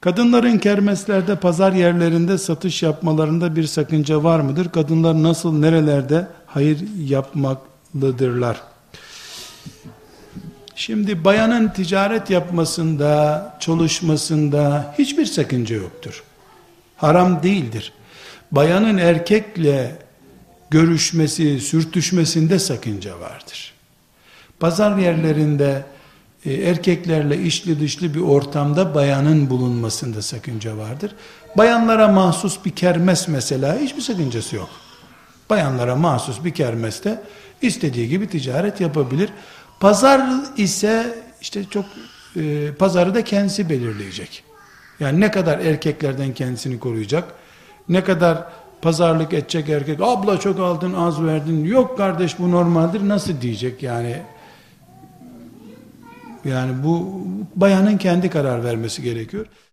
Kadınların kermeslerde, pazar yerlerinde satış yapmalarında bir sakınca var mıdır? Kadınlar nasıl, nerelerde hayır yapmaklıdırlar? Şimdi bayanın ticaret yapmasında, çalışmasında hiçbir sakınca yoktur. Haram değildir. Bayanın erkekle görüşmesi, sürtüşmesinde sakınca vardır. Pazar yerlerinde erkeklerle içli dışlı bir ortamda bayanın bulunmasında sakınca vardır. Bayanlara mahsus bir kermes mesela hiçbir sakıncası yok. Bayanlara mahsus bir kermeste istediği gibi ticaret yapabilir. Pazar ise işte pazarı da kendisi belirleyecek. Yani ne kadar erkeklerden kendisini koruyacak, ne kadar pazarlık edecek erkek, abla çok aldın az verdin, yok kardeş bu normaldir nasıl diyecek yani bu bayanın kendi karar vermesi gerekiyor.